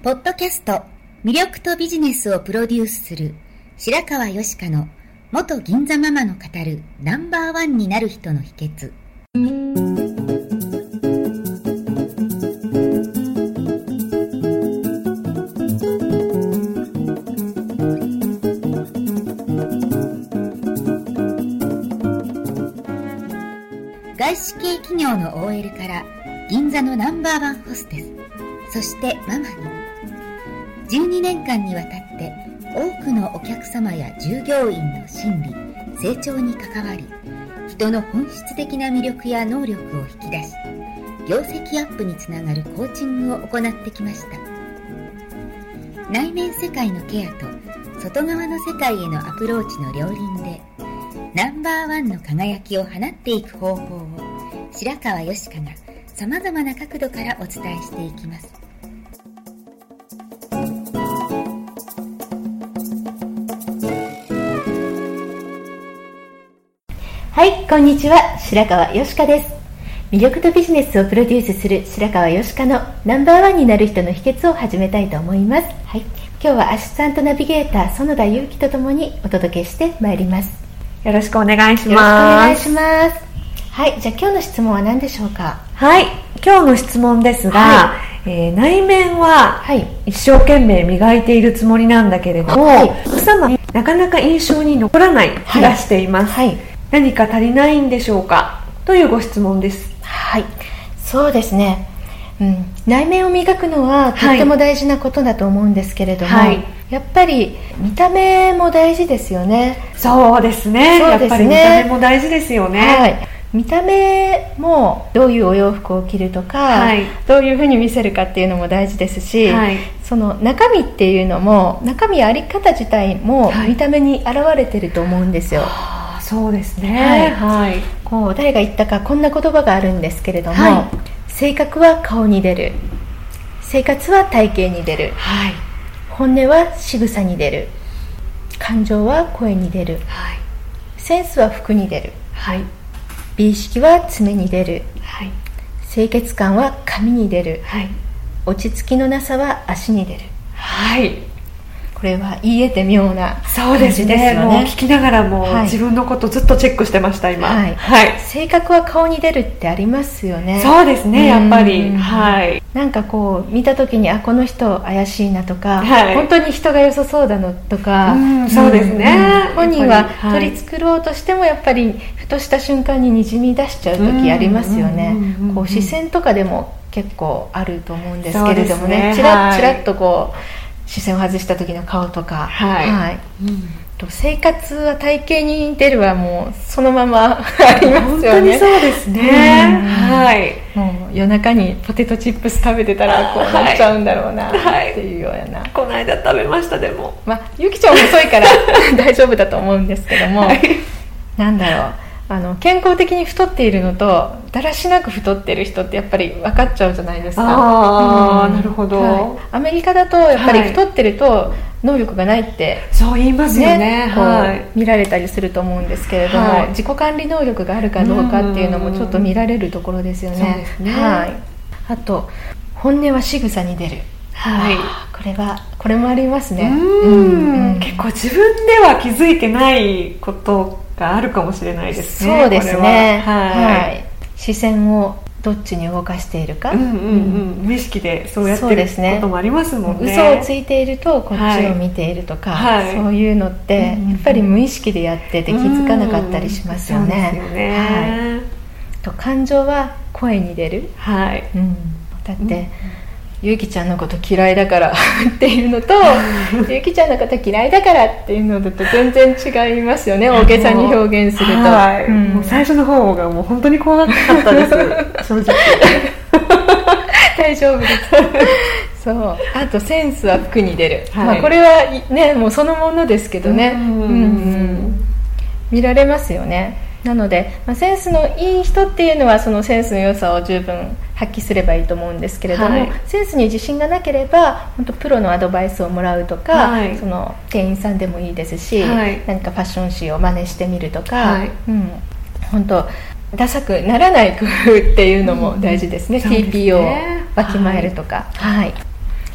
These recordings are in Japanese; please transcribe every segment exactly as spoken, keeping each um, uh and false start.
ポッドキャスト魅力とビジネスをプロデュースする白川よしかの元銀座ママの語るナンバーワンになる人の秘訣。外資系企業の オーエル から銀座のナンバーワンホステス、そしてママにじゅうにねんかんにわたって多くのお客様や従業員の心理、成長に関わり、人の本質的な魅力や能力を引き出し、業績アップにつながるコーチングを行ってきました。内面世界のケアと外側の世界へのアプローチの両輪でナンバーワンの輝きを放っていく方法を白川よしかがさまざまな角度からお伝えしていきます。 はい、こんにちは、白川よしかです。魅力とビジネスをプロデュースする白川よしかのナンバーワンになる人の秘訣を始めたいと思います。はい、今日はアシスタントナビゲーター園田祐希とともにお届けしてまいります。 よろしくお願いします。 よろしくお願いします。はい、じゃあ今日の質問は何でしょうか。 はい、今日の質問ですが、はいえー、内面は一生懸命磨いているつもりなんだけれども、はい、奥様になかなか印象に残らない気がしています。はいはい、何か足りないんでしょうかというご質問です。 はい、そうですね、うん、内面を磨くのはとっても大事なことだと思うんですけれども、はいはい、やっぱり見た目も大事ですよね。 そうですね、そうですね、やっぱり見た目も大事ですよね。 はい、見た目もどういうお洋服を着るとか、はい、どういうふうに見せるかっていうのも大事ですし、はい、その中身っていうのも中身やあり方自体も見た目に現れてると思うんですよ。 はい、そうですね、 はいはい、こう誰が言ったかこんな言葉があるんですけれども、はい、性格は顔に出る、生活は体型に出る、はい、本音は仕草に出る、感情は声に出る、はい、センスは服に出る、はい、美意識は爪に出る、はい、清潔感は髪に出る、はい、落ち着きのなさは足に出る、はい、これは言い得て妙な感じですよね。そうですね、もう聞きながらも、はい、自分のことずっとチェックしてました今。 はいはい、性格は顔に出るってありますよね。 そうですね、やっぱり、はい、 なんかこう見た時にあこの人怪しいなとか、はい、本当に人が良さそうだのとか、 うん、そうですね、 うん、本人は取り繕ろうとしてもやっぱりふとした瞬間ににじみ出しちゃう時ありますよね。こう視線とかでも結構あると思うんですけれどもね、チラッチラッとこう視線を外した時の顔とか、はいはいうん、と生活は体型に出るはもうそのままありますよね。 本当にそうですね、うんはい、もう夜中にポテトチップス食べてたらこうなっちゃうんだろうなっていうような、はい、 この間食べました。でもまあゆきちゃん遅いから大丈夫だと思うんですけども、はい、なんだろう、あの健康的に太っているのとだらしなく太っている人ってやっぱり分かっちゃうじゃないですか。 あ、うん、なるほど、はい、 アメリカだとやっぱり太ってると能力がないって、 はい、そう言いますよね、 はい、見られたりすると思うんですけれども、はい、自己管理能力があるかどうかっていうのもちょっと見られるところですよね。 そうですね、 はい、あと本音は仕草に出る、はい、これはこれもありますね。 うん、うん、結構自分では気づいてないことがあるかもしれないですね。 そうですね、はいはい、視線をどっちに動かしているか、うんうんうん、 無意識でそうやってることもありますもんね。 嘘をついているとこっちを見ているとか、はい、そういうのってやっぱり無意識でやってて気づかなかったりしますよね。 そうですよね、はい、 と感情は声に出る、はいうん、だって、うんゆきちゃんのこと嫌いだからっていうのとゆきちゃんのこと嫌いだからっていうのだと全然違いますよね。大げさに表現すると、 はいうん、もう最初の方がもう本当に怖かったです正直大丈夫ですそうあとセンスは服に出る、はいまあ、これはねもうそのものですけどね、うんうんうん、見られますよね。なので、まあ、センスのいい人っていうのはそのセンスの良さを十分発揮すればいいと思うんですけれども、はい、センスに自信がなければ本当プロのアドバイスをもらうとか、はい、その店員さんでもいいですし、はい、何かファッション誌を真似してみるとか、はいうん、本当ダサくならない工夫っていうのも大事ですね、うん、そうですね ティーピーオー をわきまえるとか、はいはい、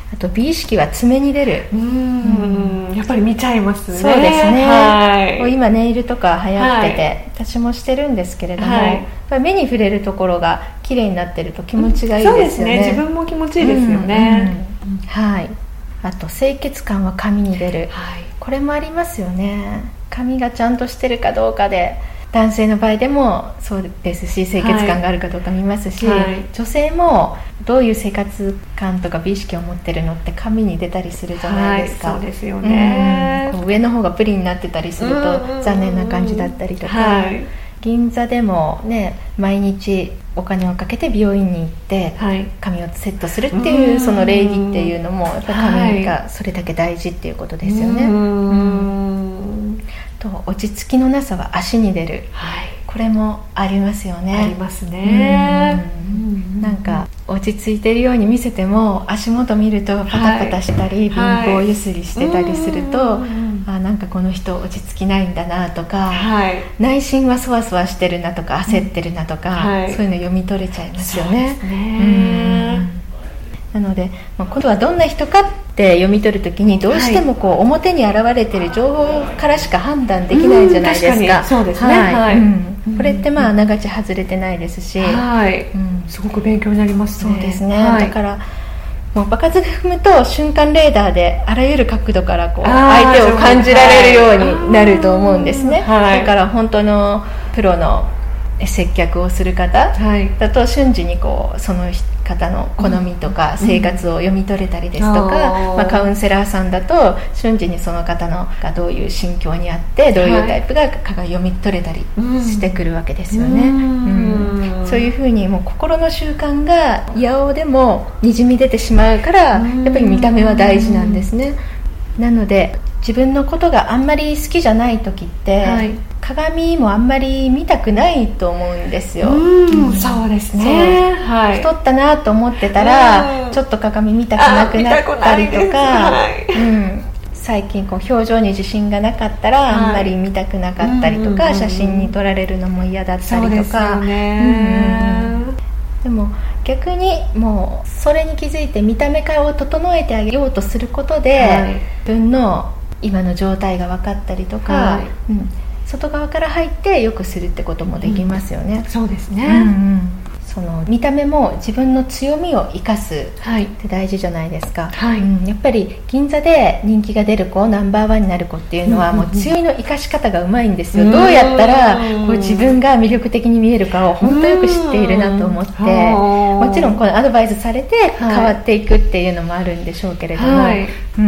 あと美意識は爪に出る。 うーん、うん、やっぱり見ちゃいますね。 そうですね、 はい、 今ネイルとか流行ってて、はい、私もしてるんですけれども、はい、やっぱり目に触れるところが綺麗になってると気持ちがいいですよね、うん、そうですね、 自分も気持ちいいですよね、 うんうん、はい。あと清潔感は髪に出る、はい、これもありますよね。髪がちゃんとしてるかどうかで、男性の場合でもそうですし、清潔感があるかどうか見ますし、はいはい、女性もどういう生活感とか美意識を持ってるのって髪に出たりするじゃないですか、 はい、そうですよね、 うん、こう上の方がプリになってたりすると残念な感じだったりとか、はい、銀座でもね、毎日お金をかけて美容院に行って髪をセットするっていう、その礼儀っていうのもやっぱ髪がそれだけ大事っていうことですよね、うんうんと落ち着きのなさは足に出る、はい、これもありますよね。 ありますね、 うん、なんか落ち着いてるように見せても足元見るとパタパタしたり、はい、貧乏ゆすりしてたりすると、はい、あ、なんかこの人落ち着きないんだなとか、はい、内心はそわそわしてるなとか焦ってるなとか、はい、そういうの読み取れちゃいますよね。そうですね、うん、なので、まあ、今度はどんな人かって読み取るときにどうしてもこう表に現れている情報からしか判断できないじゃないですか。 そうですね、はいはい、うん、 これってまああながち外れてないですし、 はい、うん、すごく勉強になりますね。 そうですね、はい、だからもう場数が踏むと瞬間レーダーであらゆる角度からこう相手を感じられるようになると思うんですね、はい、だから本当のプロの接客をする方だと瞬時にこうその方の好みとか生活を読み取れたりですとか、うん、まあ、カウンセラーさんだと瞬時にその方のがどういう心境にあってどういうタイプが読み取れたりしてくるわけですよね、うんうん、そういうふうにもう心の習慣がいやおうでもにじみ出てしまうから、やっぱり見た目は大事なんですね。なので自分のことがあんまり好きじゃない時って、はい、鏡もあんまり見たくないと思うんですよ。 うん、そうですね、はい、 太ったなと思ってたらちょっと鏡見たくなくなったりとか、はい、うん、最近こう表情に自信がなかったら、はい、あんまり見たくなかったりとか、うん、写真に撮られるのも嫌だったりとか、そうですよね、うん、でも逆にもうそれに気づいて見た目を整えてあげようとすることで、はい、自分の今の状態が分かったりとか、はい、うん、外側から入ってよくするってこともできますよね、 うん、そうですね、 うんうん、その見た目も自分の強みを生かすって大事じゃこうですか、はい、うん、やっぱり銀座で人気が出る子、ナンバーワンになる子っていうのはもう強みの生かし方がうまいんですよ、うん、どうやったらこう自分が魅力的に見えるかを本当よく知っているなと思って、もちろんこのアドバイスされて変わっていくっていうのもあるんでしょうけれども、はい、うん、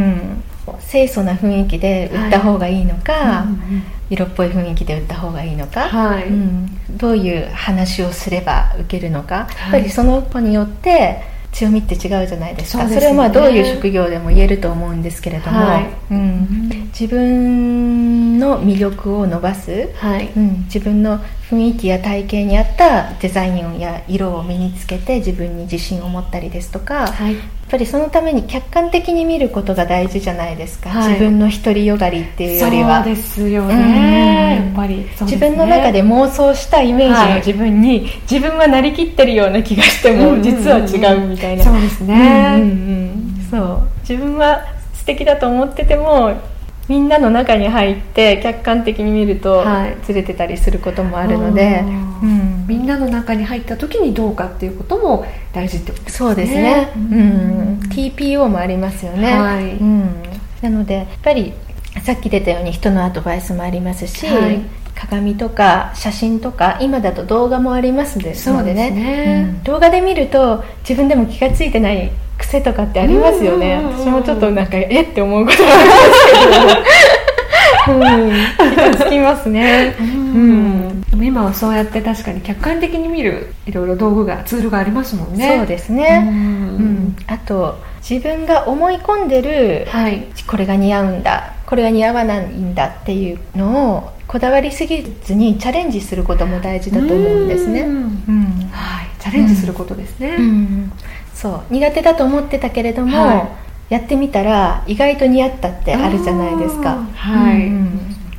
清楚な雰囲気で売った方がいいのか、はい、うんうん、色っぽい雰囲気で売った方がいいのか、はい、うん、どういう話をすれば受けるのか、はい、やっぱりその子によって強みって違うじゃないですか。 そ, です、ね、それはまあどういう職業でも言えると思うんですけれども、はい、うん、自分の魅力を伸ばす、はい、うん、自分の雰囲気や体型に合ったデザインや色を身につけて自分に自信を持ったりですとか、はい、やっぱりそのために客観的に見ることが大事じゃないですか、はい、自分の独りよがりっていうよりは。 そうですよね、やっぱり、ね、 自分の中で妄想したイメージの自分に、はい、自分はなりきってるような気がしても、うんうん、実は違うみたいな、 そうですね、 うんうんうん、そう自分は素敵だと思っててもみんなの中に入って客観的に見るとずれてたりすることもあるので、はい、うん、 みんなの中に入った時にどうかっていうことも大事ってことですね。 そうですね、うん、ティーピーオー もありますよね、はい、うん、なのでやっぱりさっき出たように人のアドバイスもありますし、はい、鏡とか写真とか今だと動画もありますのでね、そうですね、うん、動画で見ると自分でも気がついてない癖とかってありますよね。私もちょっとなんかえって思うことがあるんですけど、うん、気がつきますね、うん、 でも今はそうやって確かに客観的に見るいろいろ道具がツールがありますもんね。 そうですね、うん、うん、あと自分が思い込んでる、はい、これが似合うんだこれが似合わないんだっていうのをこだわりすぎずにチャレンジすることも大事だと思うんですね、うん、うん、 はい、チャレンジすることですね、 うんうん、そう苦手だと思ってたけれども、はい、やってみたら意外と似合ったってあるじゃないですか、 はい、うんうん、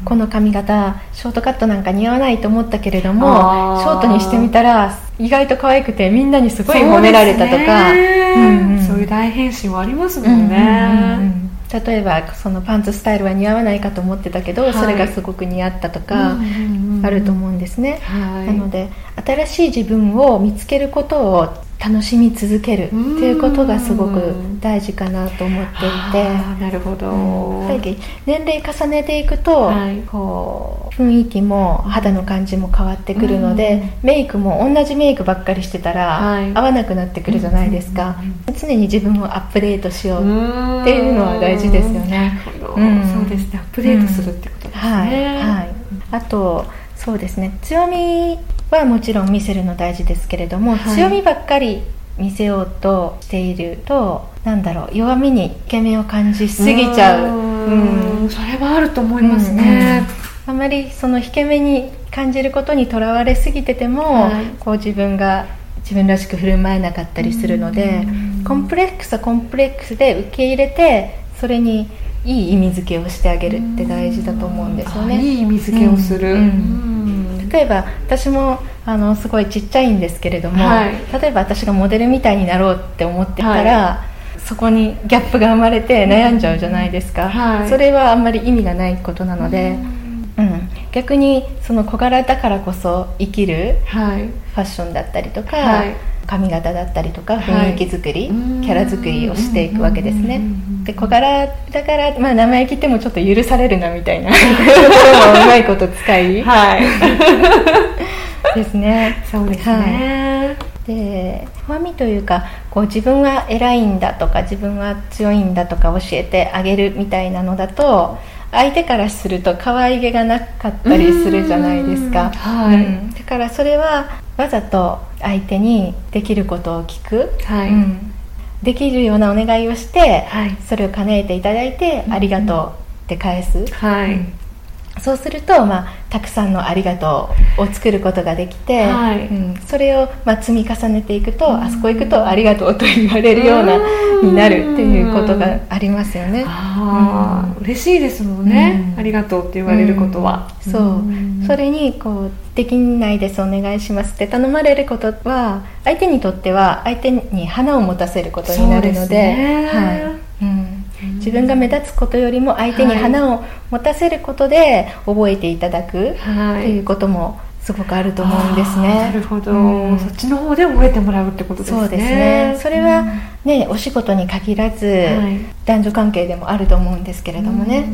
この髪型ショートカットなんか似合わないと思ったけれどもショートにしてみたら意外と可愛くてみんなにすごい褒められたとか、 そうですね、うんうん、そういう大変身はありますもんね、うんうんうん、 例えばそのパンツスタイルは似合わないかと思ってたけど、はい、それがすごく似合ったとかあると思うんですね、はい、なので新しい自分を見つけることを楽しみ続けるっていうことがすごく大事かなと思っていて、 なるほど、 うん、やっぱり年齢重ねていくと、はい、こう雰囲気も肌の感じも変わってくるので、メイクも同じメイクばっかりしてたら、はい、合わなくなってくるじゃないですか、うん、常に自分をアップデートしようっていうのは大事ですよね、 うん、そうですね、アップデートするってことですね、うん、はい、はい、 あとそうですね、強みはもちろん見せるの大事ですけれども、はい、強みばっかり見せようとしていると、なんだろう、弱みにイケメンを感じすぎちゃう、 うん、それはあると思いますね、 うんうん、あまりそのイケメンに感じることにとらわれすぎてても、はい、こう自分が自分らしく振る舞えなかったりするので、コンプレックスはコンプレックスで受け入れて、それにいい意味付けをしてあげるって大事だと思うんですよね。 いい意味付けをする、うんうんうん、例えば私もあのすごいちっちゃいんですけれども、はい、例えば私がモデルみたいになろうって思ってたら、はい、そこにギャップが生まれて悩んじゃうじゃないですか、はい、それはあんまり意味がないことなので、うんうん、逆にその小柄だからこそ生きるファッションだったりとか、はい、髪型だったりとか雰囲気作り、はい、キャラ作りをしていくわけですね。で小柄だから、まあ、生意気ってもちょっと許されるなみたいなところもうまいこと使い、はい、ですね。 そうですね、 はい、で不安みというか、こう自分は偉いんだとか自分は強いんだとか教えてあげるみたいなのだと、相手からすると可愛げがなかったりするじゃないですか、はい、うん、だからそれはわざと相手にできることを聞く、はい、うん、できるようなお願いをして、はい、それを叶えていただいて、うん、ありがとうって返す、はい、うん、そうすると、まあ、たくさんのありがとうを作ることができて、はい、うん、それを、まあ、積み重ねていくと、うん、あそこ行くとありがとうと言われるようなになるっていうことがありますよね。 あ、うん、嬉しいですもんね、うん、ありがとうって言われることは、 うん、そう、うん、それにこうできないですお願いしますって頼まれることは、相手にとっては相手に花を持たせることになるので、はい、うん、自分が目立つことよりも相手に花を持たせることで覚えていただくっていうこともすごくあると思うんですね、はい、 なるほど、うん、そっちの方で覚えてもらうってことですね。 そうですね、それは、ね、お仕事に限らず、はい、男女関係でもあると思うんですけれどもね、うん、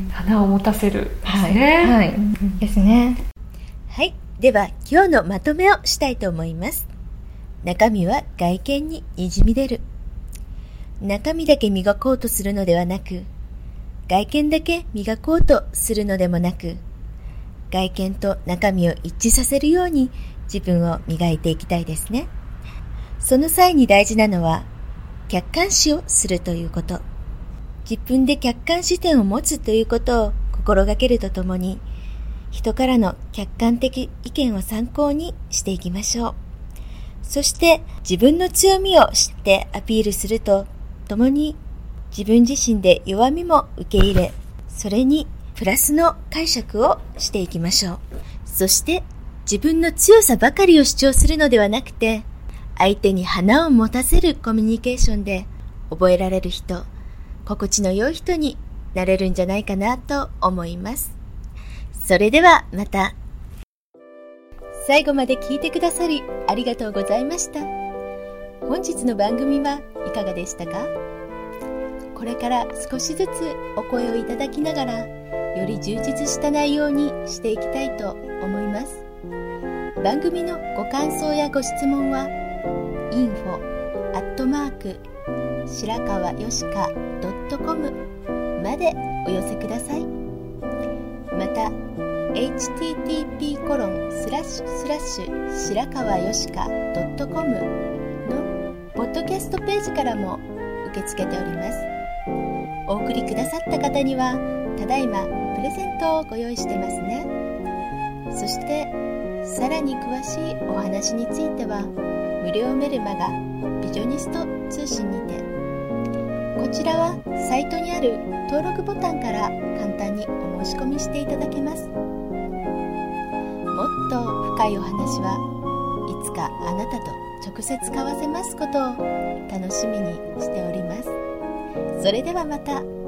花を持たせるですね、 はい、はい、ですね。 はい、では今日のまとめをしたいと思います。中身は外見ににじみ出る。中身だけ磨こうとするのではなく、外見だけ磨こうとするのでもなく、外見と中身を一致させるように自分を磨いていきたいですね。その際に大事なのは、客観視をするということ。自分で客観視点を持つということを心がけるとともに、人からの客観的意見を参考にしていきましょう。そして自分の強みを知ってアピールするとともに、自分自身で弱みも受け入れ、それにプラスの解釈をしていきましょう。そして自分の強さばかりを主張するのではなくて、相手に花を持たせるコミュニケーションで覚えられる人、心地の良い人になれるんじゃないかなと思います。それではまた。最後まで聞いてくださりありがとうございました。本日の番組はいかがでしたか？これから少しずつお声をいただきながら、より充実した内容にしていきたいと思います。番組のご感想やご質問は インフォ アットマーク 白川よしか ドットコム までお寄せください。また エイチティーティーピーコロンスラッシュスラッシュ 白川よしか ドットコム のポッドキャストページからも受け付けております。お送りくださった方にはただいまプレゼントをご用意してますね。そしてさらに詳しいお話については無料メルマガビジョニスト通信にてこちらはサイトにある登録ボタンから簡単にお申し込みしていただけます。もっと深いお話はいつかあなたと直接交わせますことを楽しみにしております。それではまた。